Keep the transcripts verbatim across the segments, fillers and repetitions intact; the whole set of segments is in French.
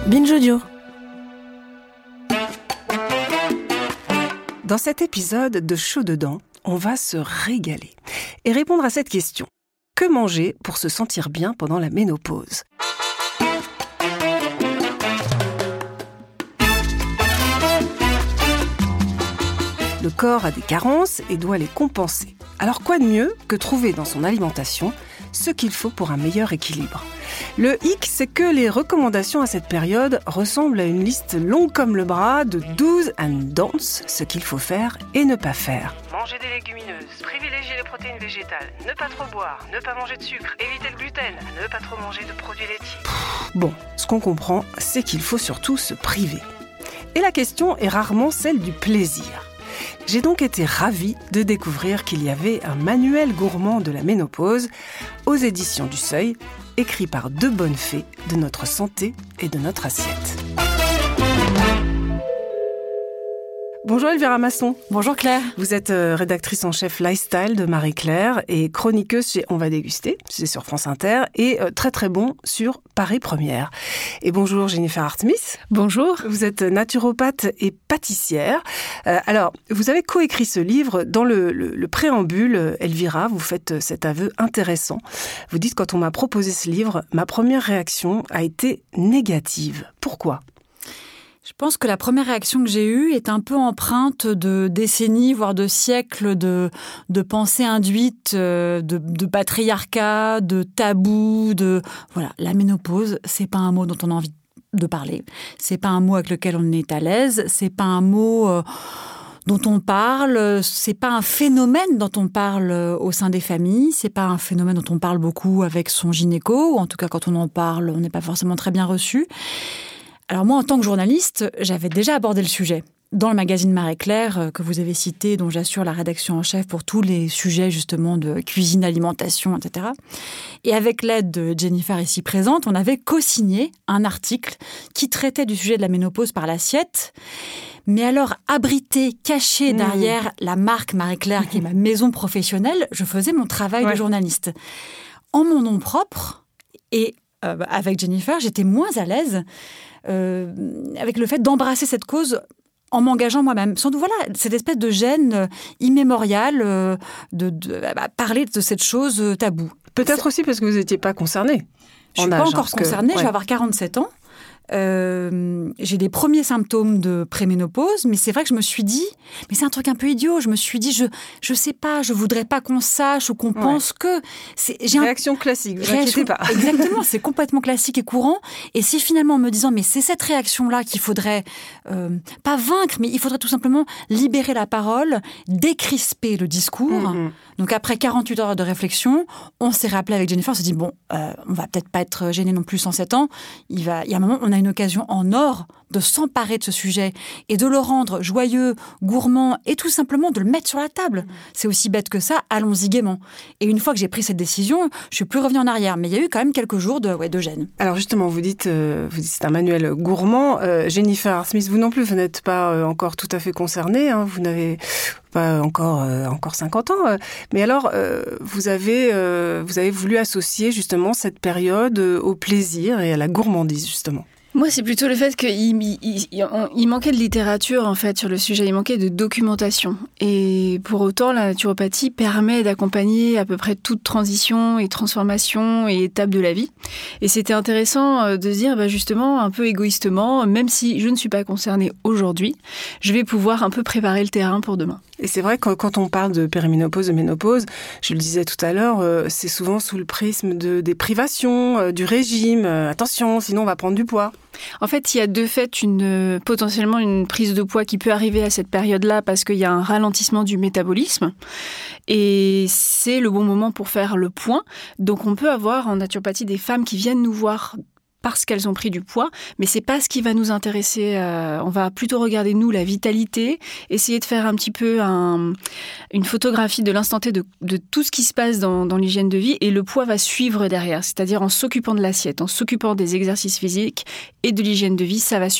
Binge Audio. Dans cet épisode de Chaud dedans, on va se régaler et répondre à cette question. Que manger pour se sentir bien pendant la ménopause ? Le corps a des carences et doit les compenser. Alors quoi de mieux que trouver dans son alimentation ce qu'il faut pour un meilleur équilibre ? Le hic, c'est que les recommandations à cette période ressemblent à une liste longue comme le bras de do's and don'ts, ce qu'il faut faire et ne pas faire. Manger des légumineuses, privilégier les protéines végétales, ne pas trop boire, ne pas manger de sucre, éviter le gluten, ne pas trop manger de produits laitiers. Bon, ce qu'on comprend, c'est qu'il faut surtout se priver. Et la question est rarement celle du plaisir. J'ai donc été ravie de découvrir qu'il y avait un manuel gourmand de la ménopause aux éditions du Seuil, écrit par deux bonnes fées de notre santé et de notre assiette. Bonjour Elvira Masson. Bonjour Claire. Vous êtes rédactrice en chef lifestyle de Marie-Claire et chroniqueuse chez On va déguster, c'est sur France Inter, et très très bon sur Paris Première. Et bonjour Jennifer Hart-Smith. Bonjour. Vous êtes naturopathe et pâtissière. Euh, alors, vous avez coécrit ce livre. Dans le, le, le préambule, Elvira, vous faites cet aveu intéressant. Vous dites, quand on m'a proposé ce livre, ma première réaction a été négative. Pourquoi ? Je pense que la première réaction que j'ai eue est un peu empreinte de décennies, voire de siècles de, de pensées induites, de, de patriarcat, de tabous, de... Voilà, la ménopause, c'est pas un mot dont on a envie de parler. C'est pas un mot avec lequel on est à l'aise. C'est pas un mot... Euh, dont on parle, c'est pas un phénomène dont on parle au sein des familles, c'est pas un phénomène dont on parle beaucoup avec son gynéco, ou en tout cas quand on en parle, on n'est pas forcément très bien reçu. Alors moi, en tant que journaliste, j'avais déjà abordé le sujet. Dans le magazine Marie-Claire, que vous avez cité, dont j'assure la rédaction en chef pour tous les sujets justement de cuisine, alimentation, et cetera. Et avec l'aide de Jennifer ici présente, on avait co-signé un article qui traitait du sujet de la ménopause par l'assiette. Mais alors, abrité, caché mmh. derrière la marque Marie-Claire, qui est ma maison professionnelle, je faisais mon travail ouais. de journaliste. En mon nom propre, et euh, avec Jennifer, j'étais moins à l'aise euh, avec le fait d'embrasser cette cause en m'engageant moi-même. Sans doute, voilà, cette espèce de gêne euh, immémoriale euh, de, de bah, parler de cette chose euh, taboue. Peut-être C'est... aussi parce que vous n'étiez pas concernée. Je ne suis âge, pas encore hein, concernée, que... ouais. je vais avoir quarante-sept ans. Euh, j'ai des premiers symptômes de préménopause, mais c'est vrai que je me suis dit, mais c'est un truc un peu idiot, je me suis dit, je je sais pas, je voudrais pas qu'on sache ou qu'on ouais. pense que... C'est, j'ai Réaction un... classique, vous Réaction... inquiétez pas. Exactement, c'est complètement classique et courant. Et si finalement en me disant, mais c'est cette réaction-là qu'il faudrait, euh, pas vaincre, mais il faudrait tout simplement libérer la parole, décrisper le discours. Mm-hmm. Donc après quarante-huit heures de réflexion, on s'est rappelé avec Jennifer, on s'est dit, bon, euh, on va peut-être pas être gêné non plus en sept ans, il, va... il y a un moment, on a une occasion en or de s'emparer de ce sujet et de le rendre joyeux, gourmand et tout simplement de le mettre sur la table. C'est aussi bête que ça, allons-y gaiement. Et une fois que j'ai pris cette décision, je suis plus revenue en arrière. Mais il y a eu quand même quelques jours de, ouais, de gêne. Alors justement, vous dites, euh, vous dites c'est un manuel gourmand. Euh, Jennifer Hart-Smith, vous non plus, vous n'êtes pas euh, encore tout à fait concernée. Hein, vous n'avez pas encore, euh, encore cinquante ans. Euh, mais alors, euh, vous, avez, euh, vous avez voulu associer justement cette période euh, au plaisir et à la gourmandise, justement. Moi, c'est plutôt le fait qu'il il, il, il manquait de littérature, en fait, sur le sujet. Il manquait de documentation. Et pour autant, la naturopathie permet d'accompagner à peu près toute transition et transformation et étape de la vie. Et c'était intéressant de se dire, bah, justement, un peu égoïstement, même si je ne suis pas concernée aujourd'hui, je vais pouvoir un peu préparer le terrain pour demain. Et c'est vrai que quand on parle de périménopause, de ménopause, je le disais tout à l'heure, euh, c'est souvent sous le prisme de, des privations, euh, du régime. Euh, attention, sinon on va prendre du poids. En fait, il y a de fait une, potentiellement une prise de poids qui peut arriver à cette période-là parce qu'il y a un ralentissement du métabolisme. Et c'est le bon moment pour faire le point. Donc on peut avoir en naturopathie des femmes qui viennent nous voir parce qu'elles ont pris du poids, mais c'est pas ce qui va nous intéresser. Euh, on va plutôt regarder, nous, la vitalité, essayer de faire un petit peu un, une photographie de l'instant T de, de tout ce qui se passe dans, dans l'hygiène de vie, et le poids va suivre derrière, c'est-à-dire en s'occupant de l'assiette, en s'occupant des exercices physiques et de l'hygiène de vie, ça va suivre.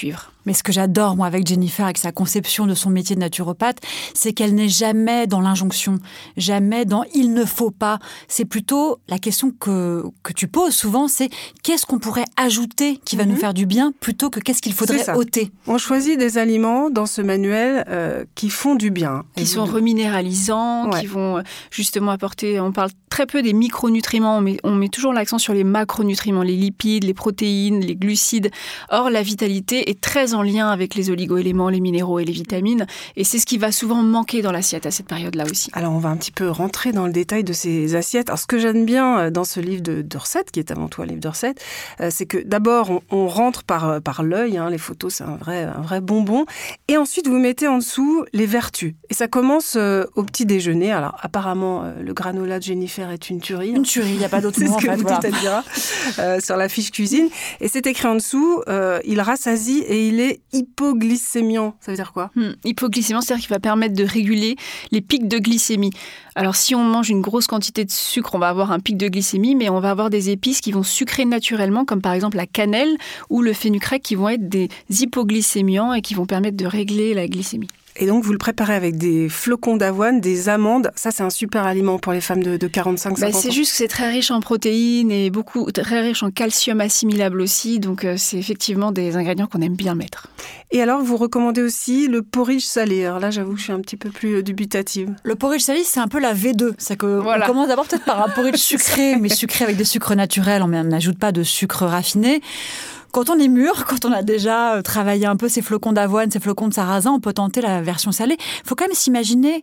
Mais ce que j'adore, moi, avec Jennifer, avec sa conception de son métier de naturopathe, c'est qu'elle n'est jamais dans l'injonction, jamais dans « il ne faut pas ». C'est plutôt la question que, que tu poses souvent, c'est qu'est-ce qu'on pourrait ajouter qui va mm-hmm. nous faire du bien plutôt que qu'est-ce qu'il faudrait ôter. On choisit des aliments dans ce manuel euh, qui font du bien. Qui sont reminéralisants, ouais. qui vont justement apporter... On parle très peu des micronutriments, mais on met toujours l'accent sur les macronutriments, les lipides, les protéines, les glucides. Or, la vitalité est très en lien avec les oligo-éléments, les minéraux et les vitamines. Et c'est ce qui va souvent manquer dans l'assiette à cette période-là aussi. Alors, on va un petit peu rentrer dans le détail de ces assiettes. Alors, ce que j'aime bien dans ce livre de, de recettes, qui est avant tout un livre de recettes, euh, c'est que d'abord, on, on rentre par, par l'œil. Hein, les photos, c'est un vrai, un vrai bonbon. Et ensuite, vous mettez en dessous les vertus. Et ça commence euh, au petit déjeuner. Alors, apparemment, euh, le granola de Jennifer est une tuerie. Une tuerie, il n'y a pas d'autre mot. C'est ce que en fait, vous voilà. dites, elle dira, euh, sur la fiche cuisine. Et c'est écrit en dessous, euh, il rassasie et il est hypoglycémiant. Ça veut dire quoi ? hum, Hypoglycémiant, c'est-à-dire qu'il va permettre de réguler les pics de glycémie. Alors, si on mange une grosse quantité de sucre, on va avoir un pic de glycémie, mais on va avoir des épices qui vont sucrer naturellement, comme par exemple la cannelle ou le fenugrec, qui vont être des hypoglycémiants et qui vont permettre de régler la glycémie. Et donc, vous le préparez avec des flocons d'avoine, des amandes. Ça, c'est un super aliment pour les femmes de, de quarante-cinq à cinquante bah, ans. C'est juste que c'est très riche en protéines et beaucoup, très riche en calcium assimilable aussi. Donc, euh, c'est effectivement des ingrédients qu'on aime bien mettre. Et alors, vous recommandez aussi le porridge salé. Alors là, j'avoue que je suis un petit peu plus dubitative. Le porridge salé, c'est un peu la V deux. C'est que voilà. On commence d'abord peut-être par un porridge sucré, mais sucré avec des sucres naturels. On n'ajoute pas de sucre raffiné. Quand on est mûr, quand on a déjà travaillé un peu ces flocons d'avoine, ces flocons de sarrasin, on peut tenter la version salée. Il faut quand même s'imaginer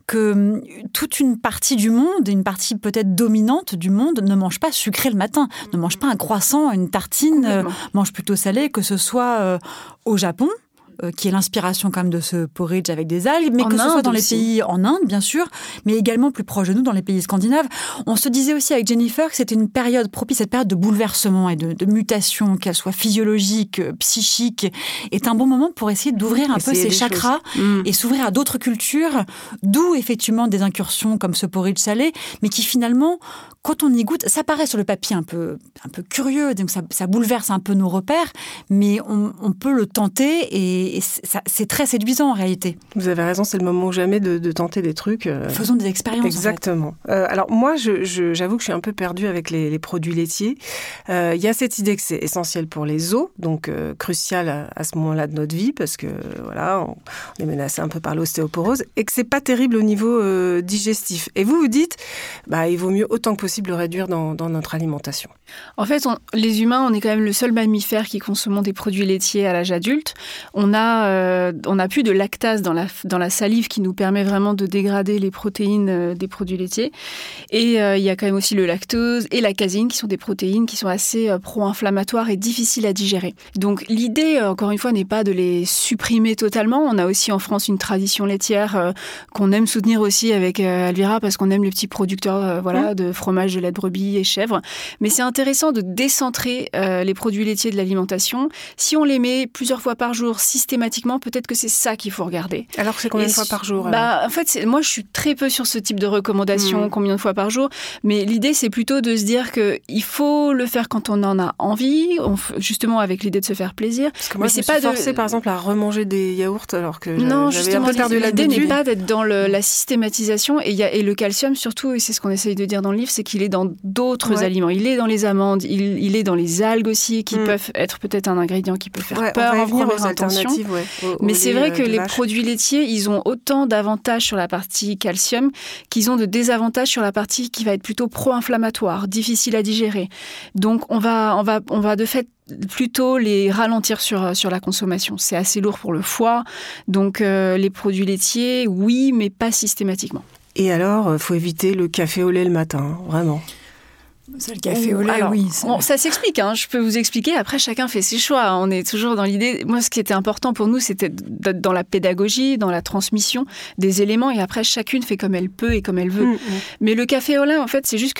que toute une partie du monde, une partie peut-être dominante du monde, ne mange pas sucré le matin, ne mange pas un croissant, une tartine, euh, mange plutôt salé, que ce soit euh, au Japon, euh, qui est l'inspiration quand même de ce porridge avec des algues, mais en que ce soit dans aussi. Les pays en Inde, bien sûr, mais également plus proche de nous, dans les pays scandinaves. On se disait aussi avec Jennifer que c'était une période propice, cette période de bouleversement et de, de mutation, qu'elle soit physiologique, psychique, est un bon moment pour essayer d'ouvrir un essayer peu ses chakras mmh. et s'ouvrir à d'autres cultures, d'où effectivement des incursions comme ce porridge salé, mais qui finalement, quand on y goûte, ça paraît sur le papier un peu, un peu curieux, donc ça, ça bouleverse un peu nos repères, mais on, on peut le tenter et Et ça, c'est très séduisant en réalité. Vous avez raison, c'est le moment ou jamais de, de tenter des trucs. Euh... Faisons des expériences. Exactement. En fait. euh, alors moi, je, je, j'avoue que je suis un peu perdue avec les, les produits laitiers. Il euh, y a cette idée que c'est essentiel pour les os, donc euh, crucial à, à ce moment-là de notre vie, parce que voilà, on, on est menacé un peu par l'ostéoporose, et que c'est pas terrible au niveau euh, digestif. Et vous vous dites, bah il vaut mieux autant que possible le réduire dans, dans notre alimentation. En fait, on, les humains, on est quand même le seul mammifère qui consommons des produits laitiers à l'âge adulte. On a, euh, on a plus de lactase dans la, dans la salive qui nous permet vraiment de dégrader les protéines euh, des produits laitiers. Et euh, il y a quand même aussi le lactose et la caséine qui sont des protéines qui sont assez euh, pro-inflammatoires et difficiles à digérer. Donc l'idée, euh, encore une fois, n'est pas de les supprimer totalement. On a aussi en France une tradition laitière euh, qu'on aime soutenir aussi avec euh, Alvira parce qu'on aime les petits producteurs euh, voilà, mmh. de fromage, de lait de brebis et chèvre. Mais c'est intéressant de décentrer euh, les produits laitiers de l'alimentation. Si on les met plusieurs fois par jour, systématiquement, peut-être que c'est ça qu'il faut regarder. Alors c'est combien de fois par jour bah, En fait, c'est, moi, je suis très peu sur ce type de recommandations, mmh. combien de fois par jour. Mais l'idée, c'est plutôt de se dire qu'il faut le faire quand on en a envie, on, justement avec l'idée de se faire plaisir. Parce que moi, mais je c'est me suis pas forcée, de... par exemple, à remanger des yaourts alors que non, j'avais un peu perdu l'idée l'habitude. n'est pas d'être dans le, la systématisation. Et, y a, et le calcium, surtout, et c'est ce qu'on essaye de dire dans le livre, c'est qu'il est dans d'autres ouais. aliments. Il est dans les amandes, il, il est dans les algues aussi, qui mmh. peuvent être peut-être un ingrédient qui peut faire ouais, peur en première intention. Ouais, au, mais au c'est lait, vrai que euh, les vache. produits laitiers, ils ont autant d'avantages sur la partie calcium qu'ils ont de désavantages sur la partie qui va être plutôt pro-inflammatoire, difficile à digérer. Donc on va, on va, on va de fait plutôt les ralentir sur, sur la consommation. C'est assez lourd pour le foie. Donc euh, les produits laitiers, oui, mais pas systématiquement. Et alors, il faut éviter le café au lait le matin, vraiment. C'est le café au lait, alors, oui. Bon, ça s'explique, hein, je peux vous expliquer. Après, chacun fait ses choix. On est toujours dans l'idée... Moi, ce qui était important pour nous, c'était d'être dans la pédagogie, dans la transmission des éléments. Et après, chacune fait comme elle peut et comme elle veut. Mmh, mmh. Mais le café au lait, en fait, c'est juste que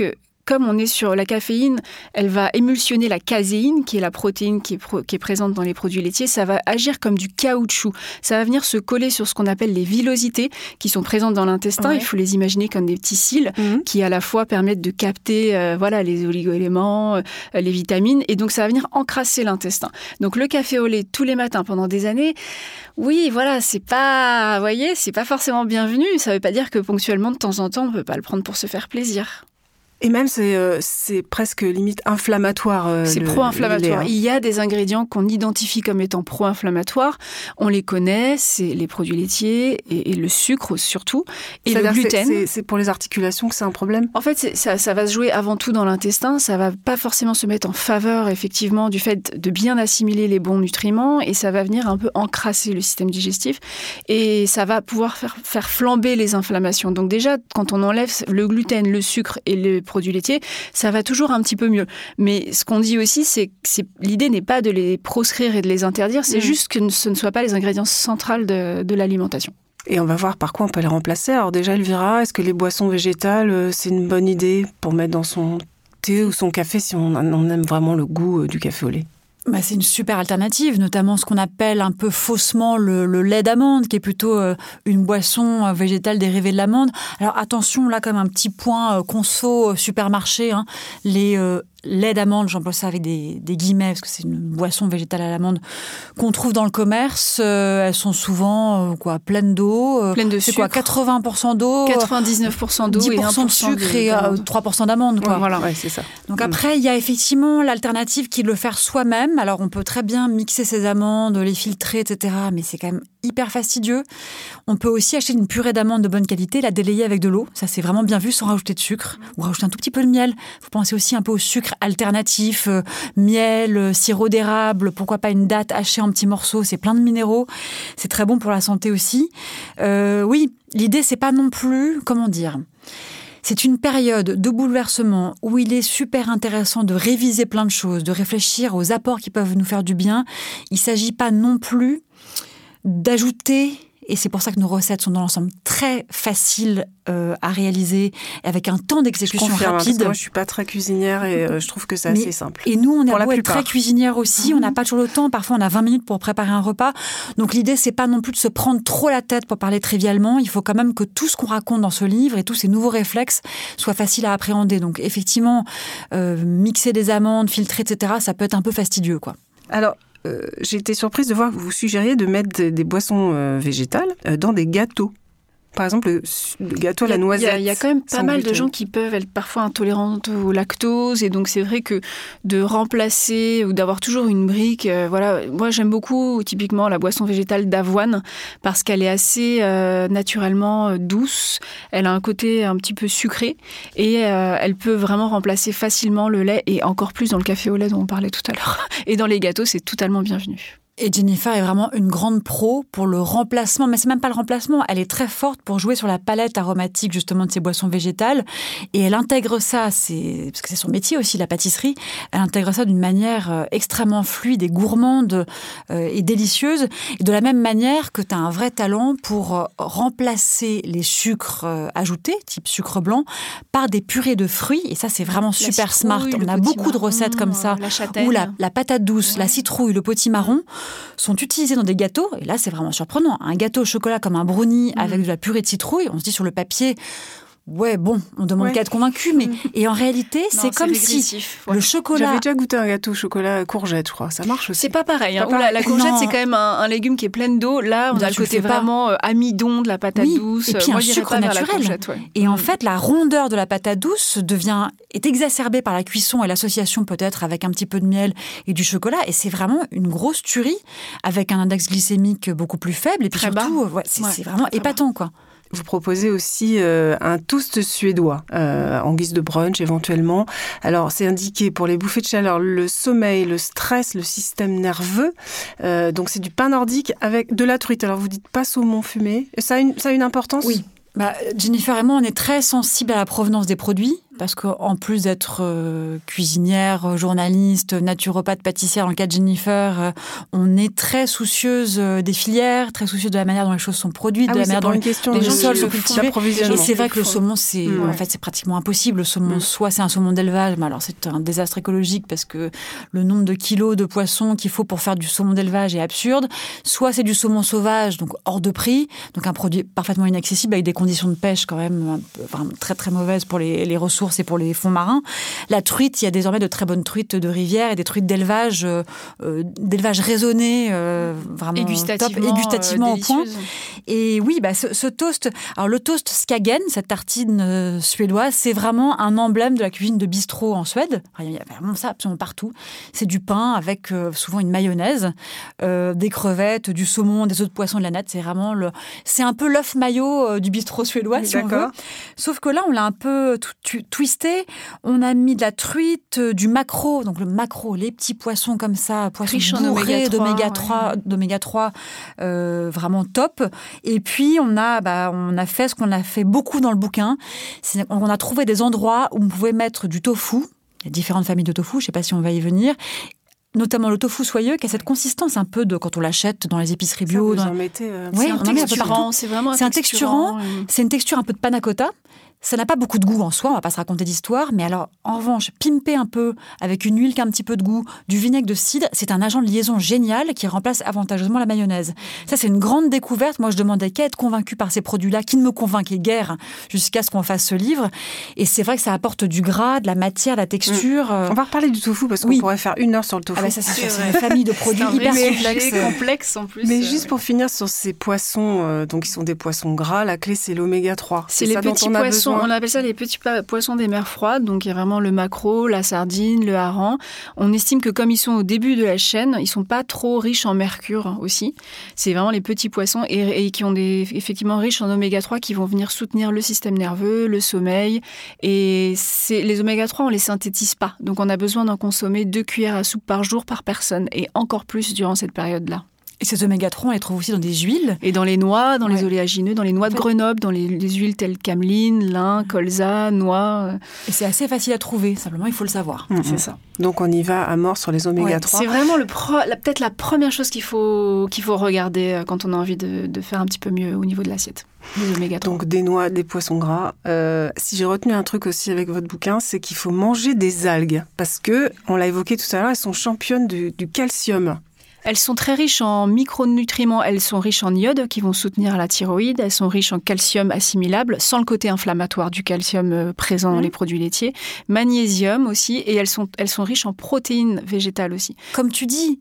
comme on est sur la caféine, elle va émulsionner la caséine, qui est la protéine qui est, pro, qui est présente dans les produits laitiers. Ça va agir comme du caoutchouc. Ça va venir se coller sur ce qu'on appelle les villosités, qui sont présentes dans l'intestin. Ouais. Il faut les imaginer comme des petits cils mmh. qui, à la fois, permettent de capter euh, voilà, les oligo-éléments, euh, les vitamines. Et donc, ça va venir encrasser l'intestin. Donc, le café au lait tous les matins pendant des années, oui, voilà, c'est pas, vous voyez, c'est pas forcément bienvenu. Ça veut pas dire que ponctuellement, de temps en temps, on peut pas le prendre pour se faire plaisir. Et même, c'est, euh, c'est presque limite inflammatoire. Euh, c'est le, pro-inflammatoire. Le lait, hein. Il y a des ingrédients qu'on identifie comme étant pro-inflammatoires. On les connaît, c'est les produits laitiers et, et le sucre surtout. Et C'est-à-dire le gluten. C'est, c'est, c'est pour les articulations que c'est un problème ? En fait, c'est, ça, ça va se jouer avant tout dans l'intestin. Ça va pas forcément se mettre en faveur, effectivement, du fait de bien assimiler les bons nutriments. Et ça va venir un peu encrasser le système digestif. Et ça va pouvoir faire, faire flamber les inflammations. Donc déjà, quand on enlève le gluten, le sucre et le produits laitiers, ça va toujours un petit peu mieux. Mais ce qu'on dit aussi, c'est que c'est, l'idée n'est pas de les proscrire et de les interdire, c'est mmh. juste que ce ne soient pas les ingrédients centraux de, de l'alimentation. Et on va voir par quoi on peut les remplacer. Alors déjà, Elvira, est-ce que les boissons végétales, c'est une bonne idée pour mettre dans son thé ou son café si on, on aime vraiment le goût du café au lait ? Bah, c'est une super alternative, notamment ce qu'on appelle un peu faussement le, le lait d'amande, qui est plutôt euh, une boisson euh, végétale dérivée de l'amande. Alors attention, là, comme un petit point euh, conso euh, supermarché, hein, les euh, lait d'amande, j'emploie ça avec des, des guillemets, parce que c'est une boisson végétale à l'amande qu'on trouve dans le commerce. Euh, elles sont souvent euh, quoi, pleines d'eau. Euh, pleines de c'est sucre. Quoi, quatre-vingts pour cent d'eau. quatre-vingt-dix-neuf pour cent d'eau dix pour cent et de sucre et euh, trois pour cent d'amande. Quoi. Ouais, voilà, ouais, c'est ça. Donc après, il y a effectivement l'alternative qui est de le faire soi-même. Alors, on peut très bien mixer ses amandes, les filtrer, et cetera. Mais c'est quand même hyper fastidieux. On peut aussi acheter une purée d'amandes de bonne qualité, la délayer avec de l'eau. Ça, c'est vraiment bien vu, sans rajouter de sucre. Ou rajouter un tout petit peu de miel. Il faut penser aussi un peu au sucre alternatif. Euh, miel, euh, sirop d'érable, pourquoi pas une date hachée en petits morceaux. C'est plein de minéraux. C'est très bon pour la santé aussi. Euh, oui, l'idée, c'est pas non plus... Comment dire ? C'est une période de bouleversement où il est super intéressant de réviser plein de choses, de réfléchir aux apports qui peuvent nous faire du bien. Il ne s'agit pas non plus d'ajouter, et c'est pour ça que nos recettes sont dans l'ensemble très faciles euh, à réaliser, avec un temps d'exécution je confirme, rapide. Parce que moi, je ne suis pas très cuisinière et euh, je trouve que c'est Mais, assez simple. Et nous, on pour a beau être très cuisinière aussi, mmh. on n'a pas toujours le temps. Parfois, on a vingt minutes pour préparer un repas. Donc, l'idée, c'est pas non plus de se prendre trop la tête pour parler trivialement. Il faut quand même que tout ce qu'on raconte dans ce livre et tous ces nouveaux réflexes soient faciles à appréhender. Donc, effectivement, euh, mixer des amandes, filtrer, et cetera, ça peut être un peu fastidieux, quoi. Alors, Euh, j'ai été surprise de voir que vous suggériez de mettre des, des boissons euh, végétales euh, dans des gâteaux. Par exemple, le, le gâteau à la noisette. Il y, y a quand même pas mal gluten. de gens qui peuvent être parfois intolérantes au lactose. Et donc, c'est vrai que de remplacer ou d'avoir toujours une brique... Euh, voilà. Moi, j'aime beaucoup, typiquement, la boisson végétale d'avoine parce qu'elle est assez euh, naturellement euh, douce. Elle a un côté un petit peu sucré. Et euh, elle peut vraiment remplacer facilement le lait et encore plus dans le café au lait dont on parlait tout à l'heure. Et dans les gâteaux, c'est totalement bienvenu. Et Jennifer est vraiment une grande pro pour le remplacement, mais c'est même pas le remplacement, elle est très forte pour jouer sur la palette aromatique justement de ces boissons végétales, et elle intègre ça, c'est, parce que c'est son métier aussi, la pâtisserie, elle intègre ça d'une manière extrêmement fluide et gourmande euh, et délicieuse, et de la même manière que tu as un vrai talent pour remplacer les sucres euh, ajoutés, type sucre blanc, par des purées de fruits, et ça c'est vraiment la super smart, on a beaucoup de recettes comme ça, la châtaigne, où la, la patate douce, ouais. la citrouille, le potimarron, sont utilisés dans des gâteaux, et là c'est vraiment surprenant. Un gâteau au chocolat comme un brownie mmh. avec de la purée de citrouille, on se dit sur le papier, ouais bon, on demande ouais. qu'à être convaincu, mais et en réalité non, c'est, c'est comme si ouais. le chocolat... J'avais déjà goûté un gâteau au chocolat courgette, je crois, ça marche aussi. C'est pas pareil, hein. pas pareil. La, la courgette non. c'est quand même un, un légume qui est plein d'eau, là on Bien, a le côté vraiment euh, amidon de la patate oui. douce, et puis moi un sucre naturel. Courgette, ouais. Et mmh. en fait la rondeur de la patate douce devient est exacerbée par la cuisson et l'association peut-être avec un petit peu de miel et du chocolat, et c'est vraiment une grosse tuerie avec un index glycémique beaucoup plus faible, et puis très surtout ouais, c'est, ouais, c'est vraiment épatant quoi. Vous proposez aussi euh, un toast suédois euh, en guise de brunch éventuellement. Alors, c'est indiqué pour les bouffées de chaleur, le sommeil, le stress, le système nerveux. Euh, donc, c'est du pain nordique avec de la truite. Alors, vous dites pas saumon fumé. Ça a une, ça a une importance ? Oui. Bah, Jennifer et moi, on est très sensibles à la provenance des produits. parce qu'en plus d'être euh, cuisinière, journaliste, naturopathe, pâtissière, dans le cas de Jennifer, euh, on est très soucieuse des filières, très soucieuse de la manière dont les choses sont produites, ah de oui, la manière dont une question les de, sols de, sont de cultivés. Et c'est vrai que le saumon, c'est, mmh, en fait, c'est pratiquement impossible. Le saumon, mmh. soit c'est un saumon d'élevage, mais alors c'est un désastre écologique parce que le nombre de kilos de poissons qu'il faut pour faire du saumon d'élevage est absurde. Soit c'est du saumon sauvage, donc hors de prix, donc un produit parfaitement inaccessible avec des conditions de pêche quand même vraiment très très mauvaises pour les, les ressources et pour les fonds marins. La truite, il y a désormais de très bonnes truites de rivière et des truites d'élevage, euh, d'élevage raisonné, euh, vraiment et gustativement, top, et gustativement euh, au point. Et oui, bah, ce, ce toast, alors le toast Skagen, cette tartine euh, suédoise, c'est vraiment un emblème de la cuisine de bistrot en Suède. Il y a vraiment ça absolument partout. C'est du pain avec euh, souvent une mayonnaise, euh, des crevettes, du saumon, des œufs de poisson, de la natte. C'est vraiment le, c'est un peu l'œuf maillot euh, du bistrot suédois, si on veut. Sauf que là, on l'a un peu t- twisté. On a mis de la truite, euh, du maquereau. Donc le maquereau, les petits poissons comme ça, poissons bourrés d'oméga trois, ouais. d'oméga trois euh, vraiment top. Et puis, on a, bah, on a fait ce qu'on a fait beaucoup dans le bouquin. C'est, on a trouvé des endroits où on pouvait mettre du tofu. Il y a différentes familles de tofu, je ne sais pas si on va y venir. Notamment le tofu soyeux, qui a cette consistance un peu de quand on l'achète dans les épiceries bio. Ça, vous dans... en mettez, euh, oui, c'est un texturant, c'est vraiment un c'est texturant. un texturant. C'est une texture un peu de panna cotta. Ça n'a pas beaucoup de goût en soi, on va pas se raconter d'histoire, mais alors, en revanche, pimper un peu avec une huile qui a un petit peu de goût, du vinaigre de cidre, c'est un agent de liaison génial qui remplace avantageusement la mayonnaise. Ça, c'est une grande découverte. Moi, je demandais qu'à être convaincue par ces produits-là, qui ne me convainquaient guère jusqu'à ce qu'on fasse ce livre. Et c'est vrai que ça apporte du gras, de la matière, de la texture. Mmh. On va reparler du tofu parce qu'on oui. pourrait faire une heure sur le tofu. Ah bah ça, c'est, c'est, c'est une famille de produits hyper complexe. complexe en plus. Mais juste pour finir sur ces poissons, euh, donc qui sont des poissons gras, la clé, c'est l'oméga trois. C'est, c'est les petits on poissons, on appelle ça les petits poissons des mers froides, donc il y a vraiment le maquereau, la sardine, le hareng. On estime que comme ils sont au début de la chaîne, ils sont pas trop riches en mercure aussi. C'est vraiment les petits poissons et, et qui ont des effectivement riches en oméga trois qui vont venir soutenir le système nerveux, le sommeil. Et c'est, les oméga trois, on les synthétise pas. Donc on a besoin d'en consommer deux cuillères à soupe par jour par personne et encore plus durant cette période-là. Et ces oméga trois, on les trouve aussi dans des huiles. Et dans les noix, dans ouais. les oléagineux, dans les noix de en fait, Grenoble, dans les, les huiles telles cameline, lin, colza, noix. Et c'est assez facile à trouver, simplement il faut le savoir. Mmh. C'est ça. Donc on y va à mort sur les oméga trois. Ouais, c'est vraiment le pro, la, peut-être la première chose qu'il faut, qu'il faut regarder quand on a envie de, de faire un petit peu mieux au niveau de l'assiette. Les oméga trois. Donc des noix, des poissons gras. Euh, si j'ai retenu un truc aussi avec votre bouquin, c'est qu'il faut manger des algues. Parce que, on l'a évoqué tout à l'heure, elles sont championnes du, du calcium. Elles sont très riches en micronutriments, elles sont riches en iode qui vont soutenir la thyroïde, elles sont riches en calcium assimilable, sans le côté inflammatoire du calcium présent mmh. dans les produits laitiers, magnésium aussi, et elles sont, elles sont riches en protéines végétales aussi. Comme tu dis,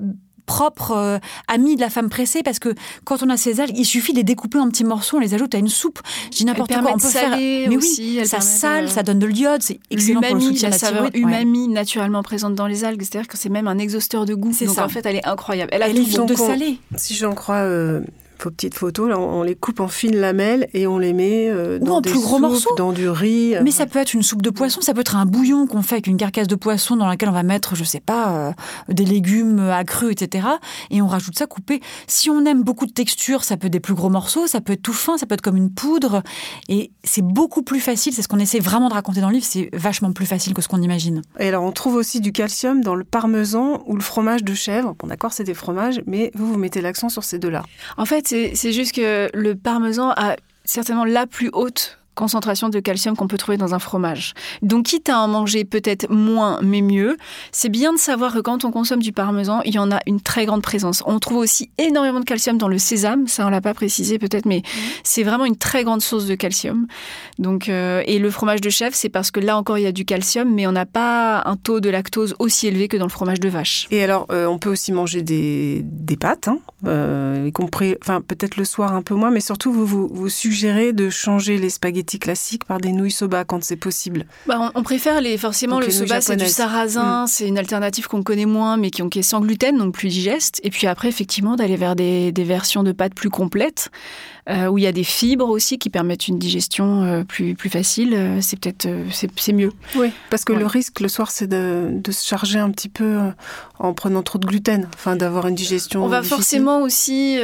propre euh, ami de la femme pressée, parce que quand on a ces algues, il suffit de les découper en petits morceaux, on les ajoute à une soupe. Je dis n'importe quoi, on peut faire. Mais aussi, oui, ça sale, de... ça donne de l'iode, c'est excellent l'umami, pour le soutien la de la saveur thyroïde. umami ouais. naturellement présente dans les algues, c'est-à-dire que c'est même un exhausteur de goût. C'est donc ça. En fait, elle est incroyable. Elle a elle tout est de salé. Si j'en crois. Euh... vos petites photos, là, on les coupe en fines lamelles et on les met euh, dans Ou en des plus gros soupes, morceaux. dans du riz. Mais ça peut être une soupe de poisson, ça peut être un bouillon qu'on fait avec une carcasse de poisson dans laquelle on va mettre, je sais pas, euh, des légumes accrus, et cetera. Et on rajoute ça coupé. Si on aime beaucoup de texture, ça peut être des plus gros morceaux, ça peut être tout fin, ça peut être comme une poudre. Et c'est beaucoup plus facile, c'est ce qu'on essaie vraiment de raconter dans le livre, c'est vachement plus facile que ce qu'on imagine. Et alors, on trouve aussi du calcium dans le parmesan ou le fromage de chèvre. Bon, d'accord, c'est des fromages, mais vous, vous mettez l'accent sur ces deux-là. En fait, c'est, c'est juste que le parmesan a certainement la plus haute concentration de calcium qu'on peut trouver dans un fromage. Donc, quitte à en manger peut-être moins, mais mieux, c'est bien de savoir que quand on consomme du parmesan, il y en a une très grande présence. On trouve aussi énormément de calcium dans le sésame, ça on l'a pas précisé peut-être, mais mmh. c'est vraiment une très grande source de calcium. Donc, euh, et le fromage de chèvre, c'est parce que là encore, il y a du calcium, mais on n'a pas un taux de lactose aussi élevé que dans le fromage de vache. Et alors, euh, on peut aussi manger des, des pâtes, hein, euh, y compris, enfin peut-être le soir un peu moins, mais surtout vous, vous, vous suggérez de changer les spaghettis classiques par des nouilles soba quand c'est possible. Bah, on, on préfère les forcément donc le soba, c'est du sarrasin, mmh. c'est une alternative qu'on connaît moins, mais qui, qui est sans gluten, donc plus digeste. Et puis après, effectivement, d'aller vers des, des versions de pâtes plus complètes. euh, où il y a des fibres aussi qui permettent une digestion euh, plus, plus facile, euh, c'est peut-être euh, c'est, c'est mieux. Oui, parce que ouais. le risque le soir, c'est de, de se charger un petit peu euh, en prenant trop de gluten, enfin d'avoir une digestion On va difficile. forcément aussi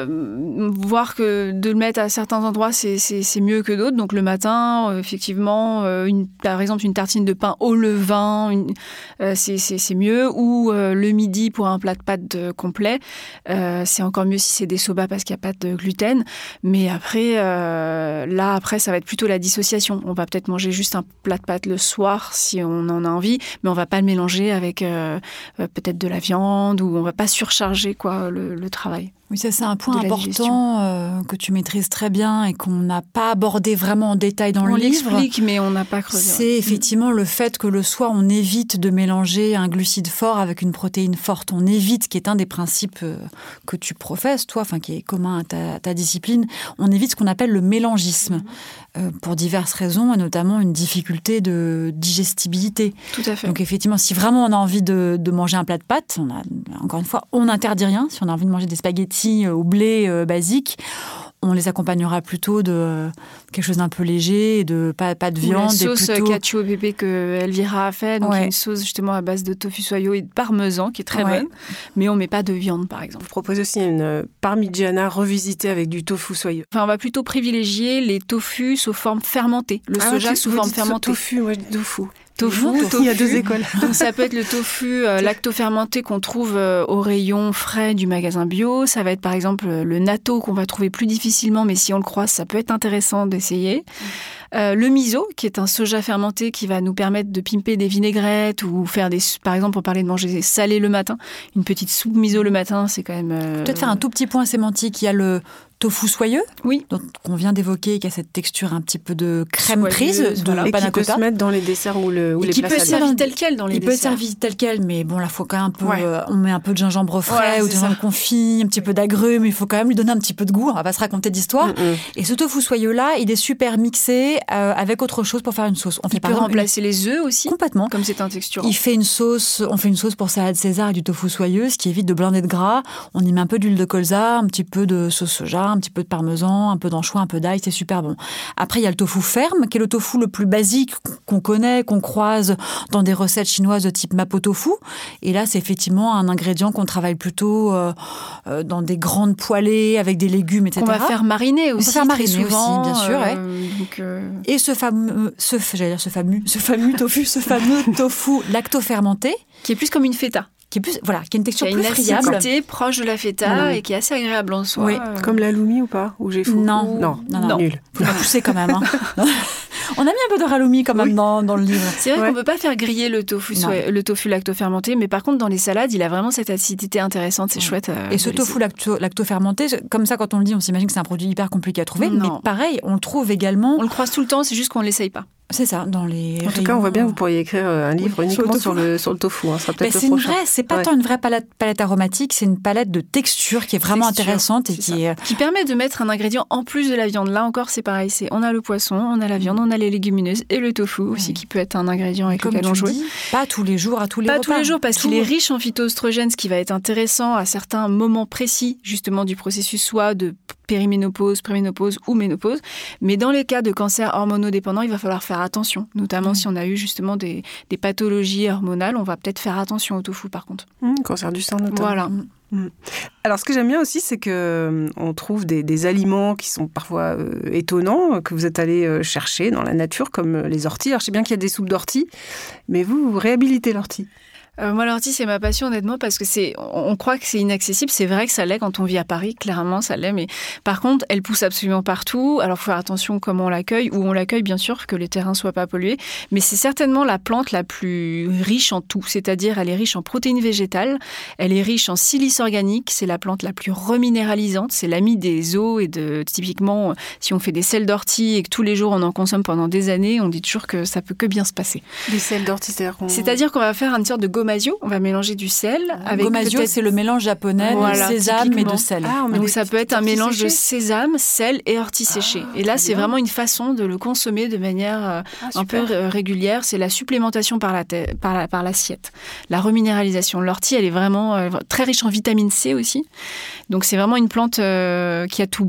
euh, voir que de le mettre à certains endroits, c'est, c'est, c'est mieux que d'autres. Donc le matin, euh, effectivement, euh, une, par exemple une tartine de pain au levain, une, euh, c'est, c'est, c'est mieux. Ou euh, le midi pour un plat de pâtes euh, complet, euh, c'est encore mieux si c'est des soba parce qu'il n'y a pas de gluten. Mais après, euh, là, après, ça va être plutôt la dissociation. On va peut-être manger juste un plat de pâtes le soir si on en a envie, mais on va pas le mélanger avec euh, euh, peut-être de la viande, ou on va pas surcharger quoi le, le travail. Oui, ça c'est un point important euh, que tu maîtrises très bien et qu'on n'a pas abordé vraiment en détail dans on le livre. On l'explique, mais on n'a pas creusé. C'est ouais. effectivement le fait que le soir, on évite de mélanger un glucide fort avec une protéine forte. On évite, qui est un des principes que tu professes, toi, enfin qui est commun à ta, à ta discipline, on évite ce qu'on appelle le mélangisme, mmh. euh, pour diverses raisons, et notamment une difficulté de digestibilité. Tout à fait. Donc effectivement, si vraiment on a envie de, de manger un plat de pâtes, on a, encore une fois, on n'interdit rien. Si on a envie de manger des spaghettis au blé euh, basique, on les accompagnera plutôt de euh, quelque chose d'un peu léger, de pas, pas de viande. Ou la sauce plutôt... cacio e pepe que Elvira a fait, donc ouais. une sauce justement à base de tofu soyo et de parmesan qui est très ouais. bonne, mais on met pas de viande par exemple. Je propose aussi une parmigiana revisitée avec du tofu soyeux. Enfin, on va plutôt privilégier les tofus sous forme fermentée, le ah, soja sous forme fermentée. Tofu, moi je dis tofu. Tofu, tofu, tofu, il y a deux écoles. Donc ça peut être le tofu euh, lactofermenté qu'on trouve euh, au rayon frais du magasin bio. Ça va être par exemple le natto qu'on va trouver plus difficilement, mais si on le croise, ça peut être intéressant d'essayer. Euh, le miso, qui est un soja fermenté qui va nous permettre de pimper des vinaigrettes ou faire des... Par exemple, on parlait de manger salé le matin. Une petite soupe miso le matin, c'est quand même... Euh... Peut-être faire un tout petit point sémantique. Il y a le tofu soyeux, oui, dont on vient d'évoquer, qui a cette texture un petit peu de crème Soyeuse, prise, de voilà, et qui peut se mettre dans les desserts ou, le, ou les qui plats peut être salés. servi tel quel dans les il desserts. Il peut être servi tel quel, mais bon, là, faut quand même un peu, ouais. euh, on met un peu de gingembre frais ouais, ou de gingembre confit, un petit peu d'agrumes, il faut quand même lui donner un petit peu de goût, on va pas se raconter d'histoire. Mm-hmm. Et ce tofu soyeux-là, il est super mixé euh, avec autre chose pour faire une sauce. On il fait peut remplacer une... les œufs aussi. Complètement. Comme c'est un texturant. Il fait une sauce, on fait une sauce pour salade César et du tofu soyeux, ce qui évite de blinder de gras. On y met un peu d'huile de colza, un petit peu de sauce soja, un petit peu de parmesan, un peu d'anchois, un peu d'ail, c'est super bon. Après, il y a le tofu ferme, qui est le tofu le plus basique qu'on connaît, qu'on croise dans des recettes chinoises de type mapo tofu. Et là, c'est effectivement un ingrédient qu'on travaille plutôt euh, euh, dans des grandes poêlées avec des légumes, et cetera. On va faire mariner aussi. On va faire mariner souvent, aussi, bien sûr. Euh, ouais. donc euh... Et ce fameux, ce, j'allais dire ce fameux, ce fameux tofu, ce fameux tofu lacto-fermenté, qui est plus comme une feta. Qui est plus, voilà, qui a une texture qui a plus une friable, acidité proche de la feta mmh. et qui est assez agréable en soi. Oui. Euh... Comme la loumi ou pas? Ou j'ai faux? Non, non, non, non, non. Nul. Faut la pousser quand même. Hein. On a mis un peu de halloumi quand même oui. dans, dans le livre. C'est vrai ouais. qu'on ne peut pas faire griller le tofu, soit, le tofu lacto-fermenté, mais par contre, dans les salades, il a vraiment cette acidité intéressante, c'est ouais. chouette. Euh, et ce tofu lacto, lacto-fermenté, comme ça, quand on le dit, on s'imagine que c'est un produit hyper compliqué à trouver, non. mais pareil, on le trouve également... On le croise tout le temps, c'est juste qu'on ne l'essaye pas. C'est ça, dans les En rayons... tout cas, on voit bien que vous pourriez écrire un livre oui, uniquement sur le, sur le tofu. Hein. Ça peut-être c'est le prochain. Une vraie, c'est pas ouais. tant une vraie palette, palette aromatique, c'est une palette de texture qui est vraiment texture, intéressante. et qui, est... qui permet de mettre un ingrédient en plus de la viande. Là encore, c'est pareil. C'est, on a le poisson, on a la viande, on a les légumineuses et le tofu oui. aussi, qui peut être un ingrédient avec lequel on joue. Pas tous les jours, à tous les pas repas. Pas tous les jours, parce Tout... qu'il est riche en phytoestrogènes, ce qui va être intéressant à certains moments précis, justement, du processus, soit de périménopause, préménopause ou ménopause. Mais dans les cas de cancer hormonodépendant, il va falloir faire attention, notamment mmh. si on a eu justement des, des pathologies hormonales. On va peut-être faire attention au tofu, par contre. Mmh, cancer du sein, notamment. Voilà. Mmh. Alors, ce que j'aime bien aussi, c'est qu'on trouve des, des aliments qui sont parfois euh, étonnants, que vous êtes allé euh, chercher dans la nature, comme les orties. Alors, je sais bien qu'il y a des soupes d'orties, mais vous, vous réhabilitez l'ortie. Euh, moi, l'ortie, c'est ma passion, honnêtement, parce que c'est, on croit que c'est inaccessible. C'est vrai que ça l'est quand on vit à Paris, clairement, ça l'est. Mais par contre, elle pousse absolument partout. Alors, il faut faire attention comment on l'accueille, où on l'accueille, bien sûr, que les terrains ne soient pas pollués. Mais c'est certainement la plante la plus riche en tout. C'est-à-dire, elle est riche en protéines végétales, elle est riche en silice organique, c'est la plante la plus reminéralisante, c'est l'ami des eaux et de, typiquement, si on fait des sels d'ortie et que tous les jours on en consomme pendant des années, on dit toujours que ça peut que bien se passer. Des sels d'ortie, c'est-à-dire qu'on... C'est-à-dire qu'on va faire une sorte de gomme Gomasio, on va mélanger du sel avec Gomasio, c'est le mélange japonais voilà, de sésame typiquement. Et de sel. Ah, donc ça peut être un mélange séchées. de sésame, sel et ortie ah, séchée. Et là, c'est bien. Vraiment une façon de le consommer de manière ah, un peu régulière. C'est la supplémentation par, la te- par, la, par l'assiette, la reminéralisation. L'ortie, elle est vraiment euh, très riche en vitamine C aussi. Donc c'est vraiment une plante euh, qui a tout bon.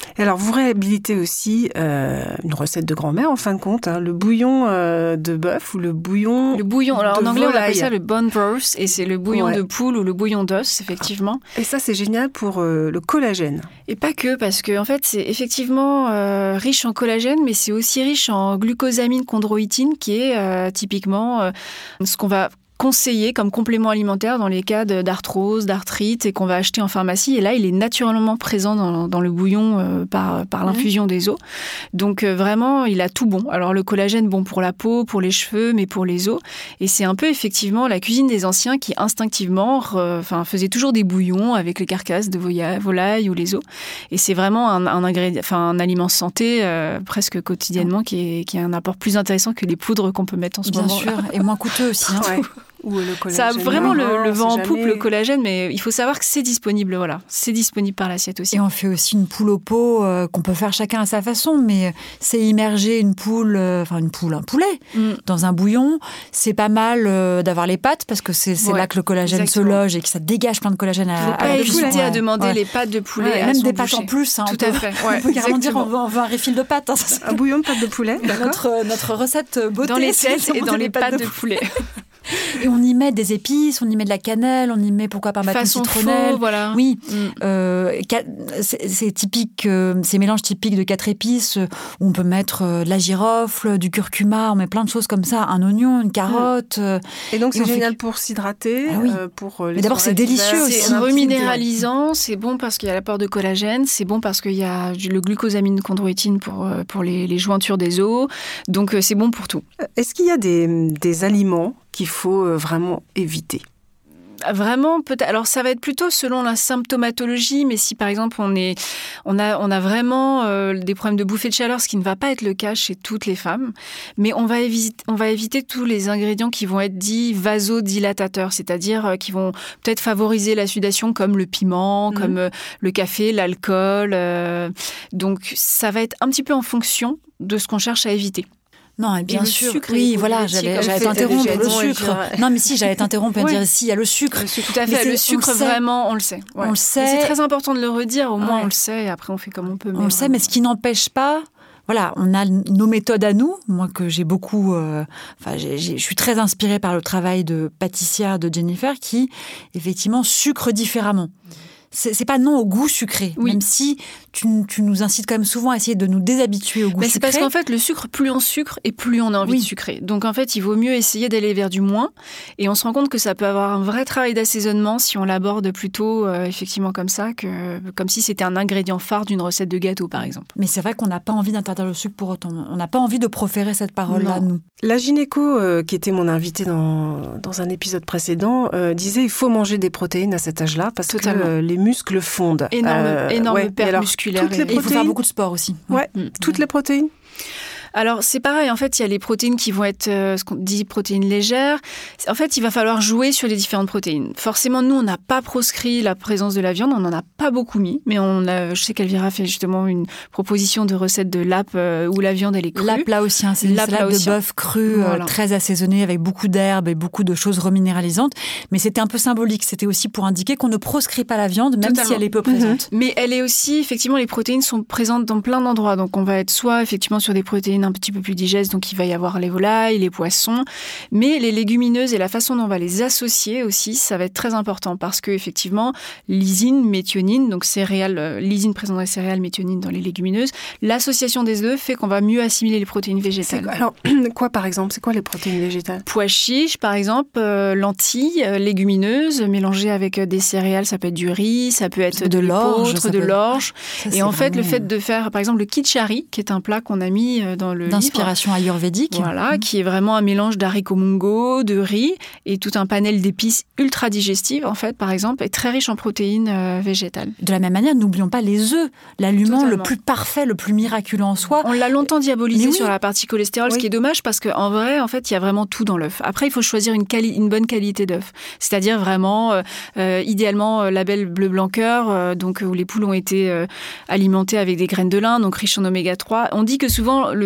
Et alors, vous réhabilitez aussi euh, une recette de grand-mère, en fin de compte, hein, le bouillon euh, de bœuf ou le bouillon Le bouillon, alors de en anglais, volaille. on appelle ça le bone broth, et c'est le bouillon Ouais. de poule ou le bouillon d'os, effectivement. Et ça, c'est génial pour euh, le collagène. Et pas que, parce que en fait, c'est effectivement euh, riche en collagène, mais c'est aussi riche en glucosamine chondroïtine, qui est euh, typiquement euh, ce qu'on va conseillé comme complément alimentaire dans les cas de- d'arthrose, d'arthrite et qu'on va acheter en pharmacie. Et là, il est naturellement présent dans, dans le bouillon euh, par, par l'infusion des os. Donc euh, vraiment, il a tout bon. Alors le collagène, bon pour la peau, pour les cheveux, mais pour les os. Et c'est un peu effectivement la cuisine des anciens qui instinctivement re- enfin, faisait toujours des bouillons avec les carcasses de voya- volaille ou les os. Et c'est vraiment un, un, ingrédient, enfin, un aliment santé euh, presque quotidiennement qui est, qui est un apport plus intéressant que les poudres qu'on peut mettre en ce Bien moment. sûr, et moins coûteux aussi. Hein. Ouais. Ou le collagène. Ça a vraiment le, le Non, vent en c'est poupe, jamais- le collagène, mais il faut savoir que c'est disponible, voilà. C'est disponible par l'assiette aussi. Et on fait aussi une poule au pot euh, qu'on peut faire chacun à sa façon, mais c'est immerger une poule, euh, enfin une poule, un poulet, Mm. dans un bouillon. C'est pas mal euh, d'avoir les pâtes parce que c'est c'est Ouais, là que le collagène exactement. se loge et que ça dégage plein de collagène à, Il ne faut à pas la cuisson. hésiter à Ouais, demander ouais. les pâtes de poulet Ouais, à même son des pâtes boucher. en plus. Hein, Tout on à peut- fait. Ouais, on peut carrément dire on exactement. veut, on veut un refill de pâtes. Hein, ça, Un bouillon de pâte de poulet, d'accord. notre, notre recette beauté. Dans les c'est têtes et de dans les pâtes de poulet. poulet. Et on y met des épices, on y met de la cannelle, on y met pourquoi pas un bâton de Façon citronnelle. faux, voilà. Oui, Mm. euh, ca- c'est c'est typique, euh, ces mélanges typiques de quatre épices euh, où on peut mettre euh, de la girofle, du curcuma, on met plein de choses comme ça, un oignon, une carotte. euh, Et donc, Et c'est on fait- génial pour s'hydrater, Ah oui. euh, pour euh, les Mais d'abord, soirées c'est délicieux d'hiver. aussi. C'est un petit reminéralisant, c'est bon parce qu'il y a l'apport de collagène, c'est bon parce qu'il y a le glucosamine chondroïtine pour, euh, pour les, les jointures des os. Donc euh, c'est bon pour tout. dé- Est-ce qu'il y a des, des aliments qu'il faut euh, vraiment éviter? Vraiment, peut-être. Alors, ça va être plutôt selon la symptomatologie, mais si par exemple on est, on a, on a vraiment euh, des problèmes de bouffée de chaleur, ce qui ne va pas être le cas chez toutes les femmes, mais on va éviter, on va éviter tous les ingrédients qui vont être dits vasodilatateurs, c'est-à-dire euh, qui vont peut-être favoriser la sudation, comme le piment, Mhm. comme euh, le café, l'alcool. euh, donc, ça va être un petit peu en fonction de ce qu'on cherche à éviter. Non, et bien le sûr. sucre, oui, les voilà, produits j'allais laitiers, j'allais comme t'interrompre fait, le bon, sucre. dire- Non, mais si, j'allais t'interrompre et Oui. dire si, il y a le sucre. Tout à Mais fait. c'est- Le on sucre, le sait. vraiment, on le sait. On le Mais sait. c'est très important de le redire. Au moins, Ouais. on le sait. Et après, on fait comme on peut. On le sait, mais ce qui n'empêche pas. Voilà, on a nos méthodes à nous. Moi, que j'ai beaucoup. euh, Enfin, j'ai- j'ai- je suis très inspirée par le travail de pâtissière de Jennifer qui, effectivement, sucre différemment. C'est c'est pas non au goût sucré, Oui. même si tu, tu nous incites quand même souvent à essayer de nous déshabituer au goût Mais c'est sucré. parce qu'en fait, le sucre, plus on sucre et plus on a envie Oui. de sucrer. Donc en fait, il vaut mieux essayer d'aller vers du moins. Et on se rend compte que ça peut avoir un vrai travail d'assaisonnement si on l'aborde plutôt euh, effectivement comme ça, que, comme si c'était un ingrédient phare d'une recette de gâteau, par exemple. Mais c'est vrai qu'on n'a pas envie d'interdire le sucre pour autant. On n'a pas envie de proférer cette parole-là, Non. nous. La gynéco, euh, qui était mon invitée dans, dans un épisode précédent, euh, disait il faut manger des protéines à cet âge-là parce Totalement. que euh, les muscles fondent. Énorme, Euh, énorme ouais. perte Et alors, musculaire. toutes les Et Et il faut protéines. faire beaucoup de sport aussi. Ouais, Mm. toutes les protéines. Alors, c'est pareil, en fait, il y a les protéines qui vont être euh, ce qu'on dit protéines légères. En fait, il va falloir jouer sur les différentes protéines. Forcément, nous, on n'a pas proscrit la présence de la viande, on n'en a pas beaucoup mis, mais on a, je sais qu'Elvira fait justement une proposition de recette de lappe euh, où la viande, elle est crue. L'ape laotien, c'est une L'ape salade de laotien. bœuf cru, euh, Voilà. très assaisonnée avec beaucoup d'herbes et beaucoup de choses reminéralisantes. Mais c'était un peu symbolique. C'était aussi pour indiquer qu'on ne proscrit pas la viande, même Totalement. si elle est peu présente. Mais elle est aussi, effectivement, les protéines sont présentes dans plein d'endroits. Donc, on va être soit, effectivement, sur des protéines un petit peu plus digestes, donc il va y avoir les volailles, les poissons. Mais les légumineuses et la façon dont on va les associer aussi, ça va être très important parce que, effectivement, lysine, méthionine, donc céréales, euh, lysine présente dans les céréales, méthionine dans les légumineuses, l'association des deux fait qu'on va mieux assimiler les protéines C'est végétales. quoi- Alors, quoi par exemple? C'est quoi les protéines végétales? Pois chiches, par exemple, euh, lentilles, euh, légumineuses, mélangées avec euh, des céréales, ça peut être du riz, ça peut être De l'orge, l'épeautre, ça de peut- l'orge. Ça, Et c'est en fait, le vraiment fait de faire, par exemple, le kitchari, qui est un plat qu'on a mis euh, dans le livre, d'inspiration ayurvédique. voilà, qui est vraiment un mélange d'haricots mungo, de riz et tout un panel d'épices ultra digestives, en fait, par exemple, et très riche en protéines euh, végétales. De la même manière, n'oublions pas les œufs, l'aliment le Totalement. plus parfait, le plus miraculeux en soi. On l'a longtemps diabolisé Mais oui. sur la partie cholestérol, Oui. ce qui est dommage parce qu'en vrai, en fait, il y a vraiment tout dans l'œuf. Après, il faut choisir une, quali- une bonne qualité d'œuf. C'est-à-dire vraiment, euh, euh, idéalement, euh, label bleu blanc cœur, euh, donc où les poules ont été euh, alimentées avec des graines de lin, donc riches en oméga trois. On dit que souvent, le,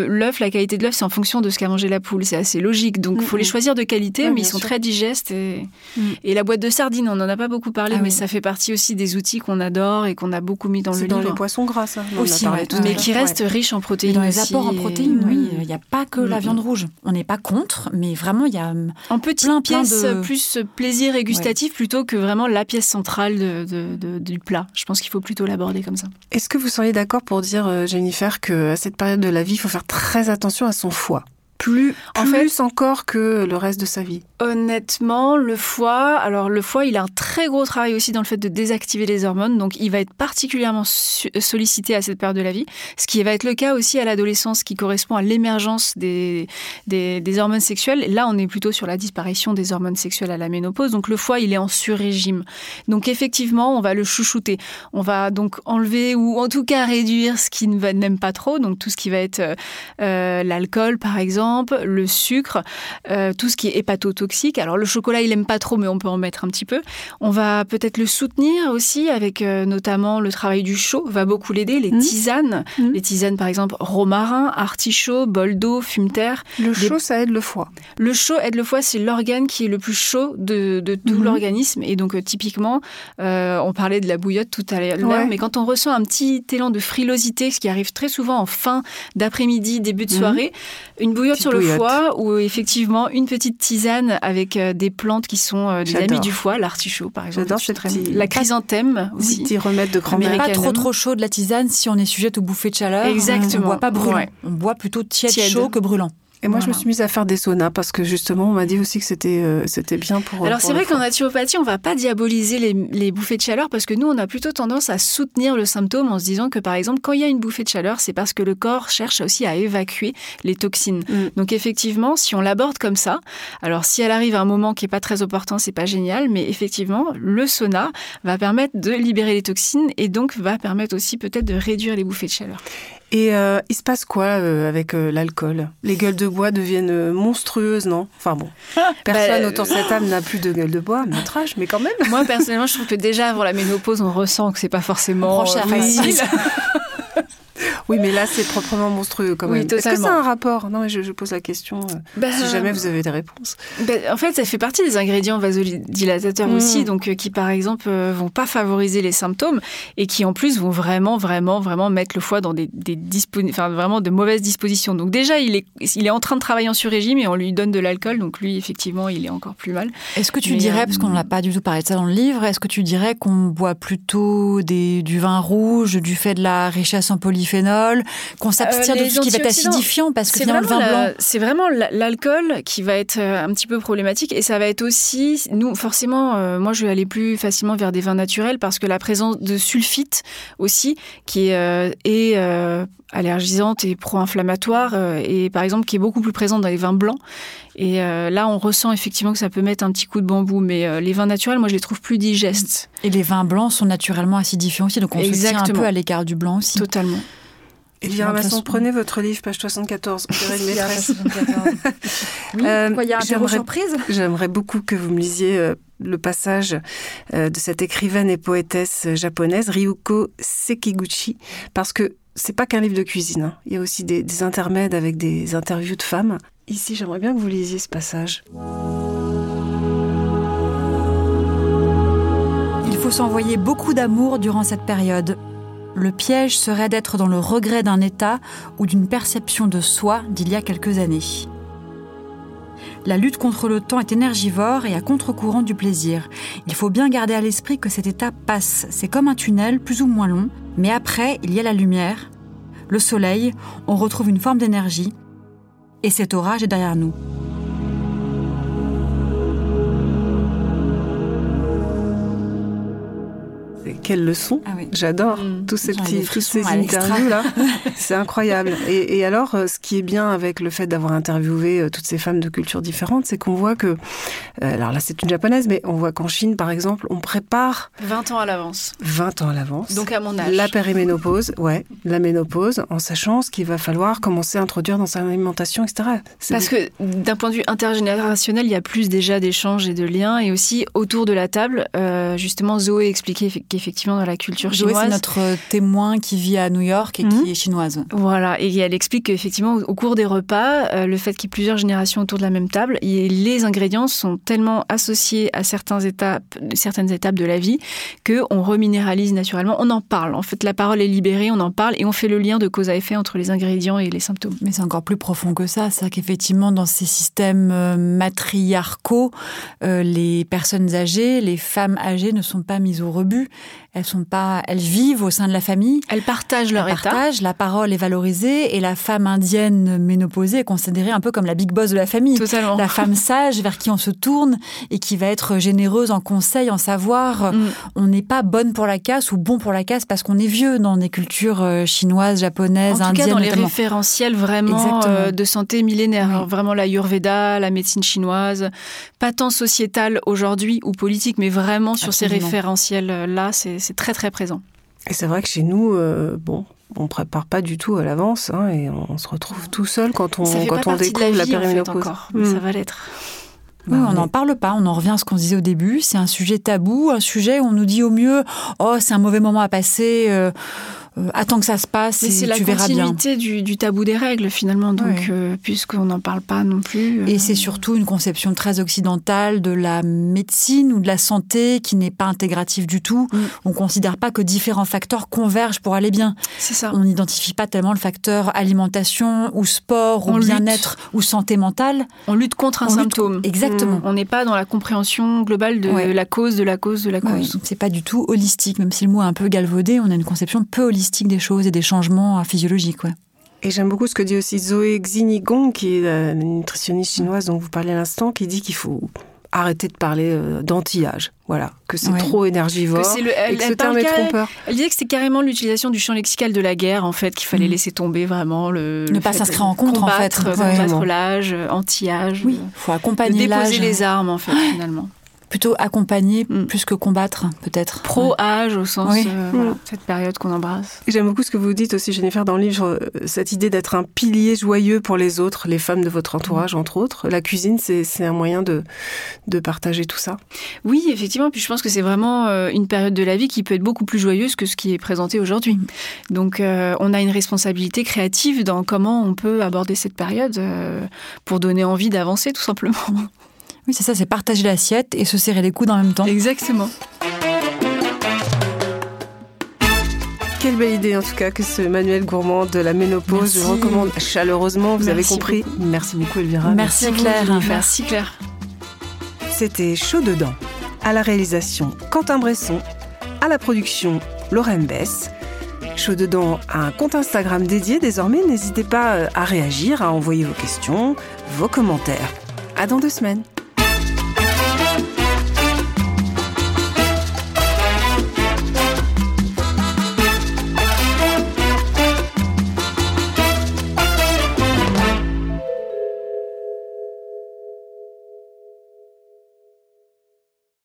l'œuf, la qualité de l'œuf, c'est en fonction de ce qu'a mangé la poule. C'est assez logique. Donc, il faut les choisir de qualité, ouais, mais ils sont sûr. Très digestes. Et... Mm. et la boîte de sardines, on n'en a pas beaucoup parlé, ah, mais oui. ça fait partie aussi des outils qu'on adore et qu'on a beaucoup mis dans c'est le dans livre. C'est dans les poissons gras, ça. Aussi, ouais, tout mais qui reste ouais. riche en protéines. Dans les aussi, apports en protéines, et... oui. Il n'y a pas que mm. la viande rouge. On n'est pas contre, mais vraiment, il y a en petites plein, pièces, plein de... plus plaisir et gustatif, ouais. plutôt que vraiment la pièce centrale de, de, de, du plat. Je pense qu'il faut plutôt l'aborder comme ça. Est-ce que vous seriez d'accord pour dire, euh, Jennifer, qu'à cette période de la vie, il faut faire très attention à son foie ? Plus, en plus fait, encore que le reste de sa vie. Honnêtement, le foie, alors le foie, il a un très gros travail aussi dans le fait de désactiver les hormones, donc il va être particulièrement su- sollicité à cette période de la vie, ce qui va être le cas aussi à l'adolescence, qui correspond à l'émergence des, des, des hormones sexuelles. Là, on est plutôt sur la disparition des hormones sexuelles à la ménopause, donc le foie, il est en sur-régime. Donc effectivement, on va le chouchouter. On va donc enlever ou en tout cas réduire ce qu'il n'aime pas trop, donc tout ce qui va être euh, l'alcool, par exemple, le sucre, euh, tout ce qui est hépatotoxique. Alors le chocolat, il aime pas trop, mais on peut en mettre un petit peu. On va peut-être le soutenir aussi avec euh, notamment le travail du chaud, va beaucoup l'aider. Les mmh. tisanes, mmh. les tisanes par exemple romarin, artichaut, bol d'eau, fumeterre. Le des... chaud, ça aide le foie. Le chaud aide le foie, c'est l'organe qui est le plus chaud de, de tout mmh. l'organisme. Et donc euh, typiquement, euh, on parlait de la bouillotte tout à l'heure, ouais. mais quand on ressent un petit élan de frilosité, ce qui arrive très souvent en fin d'après-midi, début de soirée, mmh. une bouillotte sur le foie ou effectivement une petite tisane avec euh, des plantes qui sont euh, des J'adore. amis du foie, l'artichaut par exemple. J'adore cette petite... La chrysanthème aussi. Petit remède de grand-mère. Mais pas trop trop chaud de la tisane si on est sujette aux bouffées de chaleur. Exactement. On ne boit pas brûlant. Ouais. On boit plutôt tiède, tiède. chaud que brûlant. Et moi, voilà. je me suis mise à faire des saunas parce que justement, on m'a dit aussi que c'était, euh, c'était bien pour. Alors, pour c'est vrai foie. qu'en naturopathie, on ne va pas diaboliser les, les bouffées de chaleur parce que nous, on a plutôt tendance à soutenir le symptôme en se disant que, par exemple, quand il y a une bouffée de chaleur, c'est parce que le corps cherche aussi à évacuer les toxines. Mm. Donc, effectivement, si on l'aborde comme ça, alors si elle arrive à un moment qui n'est pas très opportun, c'est pas génial, mais effectivement, le sauna va permettre de libérer les toxines et donc va permettre aussi peut-être de réduire les bouffées de chaleur. Et euh, il se passe quoi euh, avec euh, l'alcool ? Les gueules de bois deviennent euh, monstrueuses, non ? Enfin bon, personne bah, autant cette âme n'a plus de gueule de bois à notre âge, mais quand même. Moi, personnellement, je trouve que déjà, avant la ménopause, on ressent que c'est pas forcément facile. Oui, mais là, c'est proprement monstrueux quand même. Oui, totalement. Est-ce que ça a un rapport ? Non, mais je, je pose la question, euh, bah, si jamais vous avez des réponses. Bah, en fait, ça fait partie des ingrédients vasodilatateurs mmh. aussi, donc euh, qui, par exemple, euh, vont pas favoriser les symptômes et qui, en plus, vont vraiment, vraiment, vraiment mettre le foie dans des, des dispo- enfin, vraiment de mauvaises dispositions. Donc déjà, il est, il est en train de travailler en sur-régime et on lui donne de l'alcool, donc lui, effectivement, il est encore plus mal. Est-ce que tu mais, dirais, euh, parce qu'on n'a pas du tout parlé de ça dans le livre, est-ce que tu dirais qu'on boit plutôt des, du vin rouge, du fait de la richesse en polyphénol, qu'on s'abstient euh, de tout ce qui va être acidifiant parce que finalement le vin la, blanc... C'est vraiment l'alcool qui va être un petit peu problématique et ça va être aussi... Nous, forcément, euh, moi, je vais aller plus facilement vers des vins naturels parce que la présence de sulfite aussi, qui euh, est euh, allergisante et pro-inflammatoire euh, et par exemple qui est beaucoup plus présente dans les vins blancs. Et euh, là, on ressent effectivement que ça peut mettre un petit coup de bambou. Mais euh, les vins naturels, moi, je les trouve plus digestes. Et les vins blancs sont naturellement acidifiants aussi, donc on Exactement. se tient un peu à l'écart du blanc aussi. Totalement. Elvira Masson, prenez votre livre, page soixante-quatorze. On dirait une maîtresse. Oui, euh, quoi, il y a un terreau surprise. J'aimerais beaucoup que vous me lisiez euh, le passage euh, de cette écrivaine et poétesse japonaise, Ryuko Sekiguchi, parce que c'est pas qu'un livre de cuisine. Hein. Il y a aussi des, des intermèdes avec des interviews de femmes. Ici, j'aimerais bien que vous lisiez ce passage. Il faut s'envoyer beaucoup d'amour durant cette période. Le piège serait d'être dans le regret d'un état ou d'une perception de soi d'il y a quelques années. La lutte contre le temps est énergivore et à contre-courant du plaisir. Il faut bien garder à l'esprit que cet état passe. C'est comme un tunnel, plus ou moins long, mais après, il y a la lumière, le soleil, on retrouve une forme d'énergie, et cet orage est derrière nous. Quelle leçon. Ah oui. J'adore mmh. tous ces petits, toutes ces interviews-là. C'est incroyable. Et, et alors, ce qui est bien avec le fait d'avoir interviewé toutes ces femmes de cultures différentes, c'est qu'on voit que... Euh, alors là, c'est une japonaise, mais on voit qu'en Chine, par exemple, on prépare... vingt ans à l'avance. vingt ans à l'avance. Donc à mon âge. La périménopause, ouais, la ménopause, en sachant ce qu'il va falloir commencer à introduire dans sa alimentation, et cetera. C'est Parce que d'un point de vue intergénérationnel, il y a plus déjà d'échanges et de liens. Et aussi, autour de la table, euh, justement, Zoé expliquait qu'effectivement, effectivement dans la culture Zoé, chinoise. c'est notre témoin qui vit à New York et mmh. qui est chinoise. Voilà, et elle explique qu'effectivement, au cours des repas, euh, le fait qu'il y ait plusieurs générations autour de la même table, et les ingrédients sont tellement associés à certaines étapes, certaines étapes de la vie qu'on reminéralise naturellement. On en parle. En fait, la parole est libérée, on en parle et on fait le lien de cause à effet entre les ingrédients et les symptômes. Mais c'est encore plus profond que ça. C'est qu'effectivement, dans ces systèmes matriarcaux, euh, les personnes âgées, les femmes âgées ne sont pas mises au rebut. Elles sont pas, elles vivent au sein de la famille. Elles partagent leur elles état. Partagent, la parole est valorisée et la femme indienne ménopausée est considérée un peu comme la big boss de la famille. Totalement. La femme sage vers qui on se tourne et qui va être généreuse en conseils, en savoir. Mm. On n'est pas bonne pour la casse ou bon pour la casse parce qu'on est vieux dans des cultures chinoises, japonaises, indiennes. En tout cas, dans notamment. les référentiels vraiment euh, de santé millénaire. Oui. Alors, vraiment l'Ayurveda, la médecine chinoise, pas tant sociétale aujourd'hui ou politique, mais vraiment sur Absolument. Ces référentiels-là, c'est C'est très, très présent. Et c'est vrai que chez nous, euh, bon, on ne prépare pas du tout à l'avance hein, et on se retrouve tout seul quand on, ça fait quand pas on découvre de la, vie, la périmènopause. En fait, encore, mmh. mais ça va l'être. Oui, on n'en parle pas, on en revient à ce qu'on disait au début. C'est un sujet tabou, un sujet où on nous dit au mieux « Oh, c'est un mauvais moment à passer, euh, euh, attends que ça se passe et tu verras bien. » C'est la continuité du, du tabou des règles, finalement, donc, oui. euh, puisqu'on n'en parle pas non plus. Euh... Et c'est surtout une conception très occidentale de la médecine ou de la santé qui n'est pas intégrative du tout. Mm. On ne considère pas que différents facteurs convergent pour aller bien. C'est ça. On n'identifie pas tellement le facteur alimentation ou sport ou on bien-être lutte. Ou santé mentale. On lutte contre un on symptôme. Lutte... Exactement. Mm. On n'est pas dans la compréhension globale de ouais. la cause, de la cause, de la cause. Ouais. C'est pas du tout holistique, même si le mot est un peu galvaudé, on a une conception peu holistique des choses et des changements physiologiques. Ouais. Et j'aime beaucoup ce que dit aussi Zoé Xinigong, qui est la nutritionniste chinoise dont vous parlez à l'instant, qui dit qu'il faut arrêter de parler d'anti-âge. Voilà, que c'est ouais. trop énergivore que le, elle, et que ce terme est trompeur. Elle disait que c'était carrément l'utilisation du champ lexical de la guerre, en fait, qu'il fallait mmh. laisser tomber vraiment le... Ne le pas s'inscrire en contre, combattre, en fait. Combattre ouais. l'âge, anti-âge. Oui, il faut accompagner l'âge. Déposer les armes, en fait, finalement. Plutôt accompagner mm. plus que combattre, peut-être. Pro-âge, au sens oui. euh, mm. voilà, cette période qu'on embrasse. Et j'aime beaucoup ce que vous dites aussi, Jennifer, dans le livre, cette idée d'être un pilier joyeux pour les autres, les femmes de votre entourage, mm. entre autres. La cuisine, c'est, c'est un moyen de, de partager tout ça. Oui, effectivement. Puis je pense que c'est vraiment euh, une période de la vie qui peut être beaucoup plus joyeuse que ce qui est présenté aujourd'hui. Mm. Donc, euh, on a une responsabilité créative dans comment on peut aborder cette période euh, pour donner envie d'avancer, tout simplement. Oui, c'est ça, c'est partager l'assiette et se serrer les coudes en même temps. Exactement. Quelle belle idée, en tout cas, que ce manuel gourmand de la ménopause. Merci. Je recommande chaleureusement, vous Merci avez compris. Beaucoup. Merci beaucoup, Elvira. Merci, Merci Claire. Vous, Merci Claire. C'était Chaud dedans. À la réalisation, Quentin Bresson. À la production, Lorraine Bess. Chaud dedans a un compte Instagram dédié désormais. N'hésitez pas à réagir, à envoyer vos questions, vos commentaires. À dans deux semaines.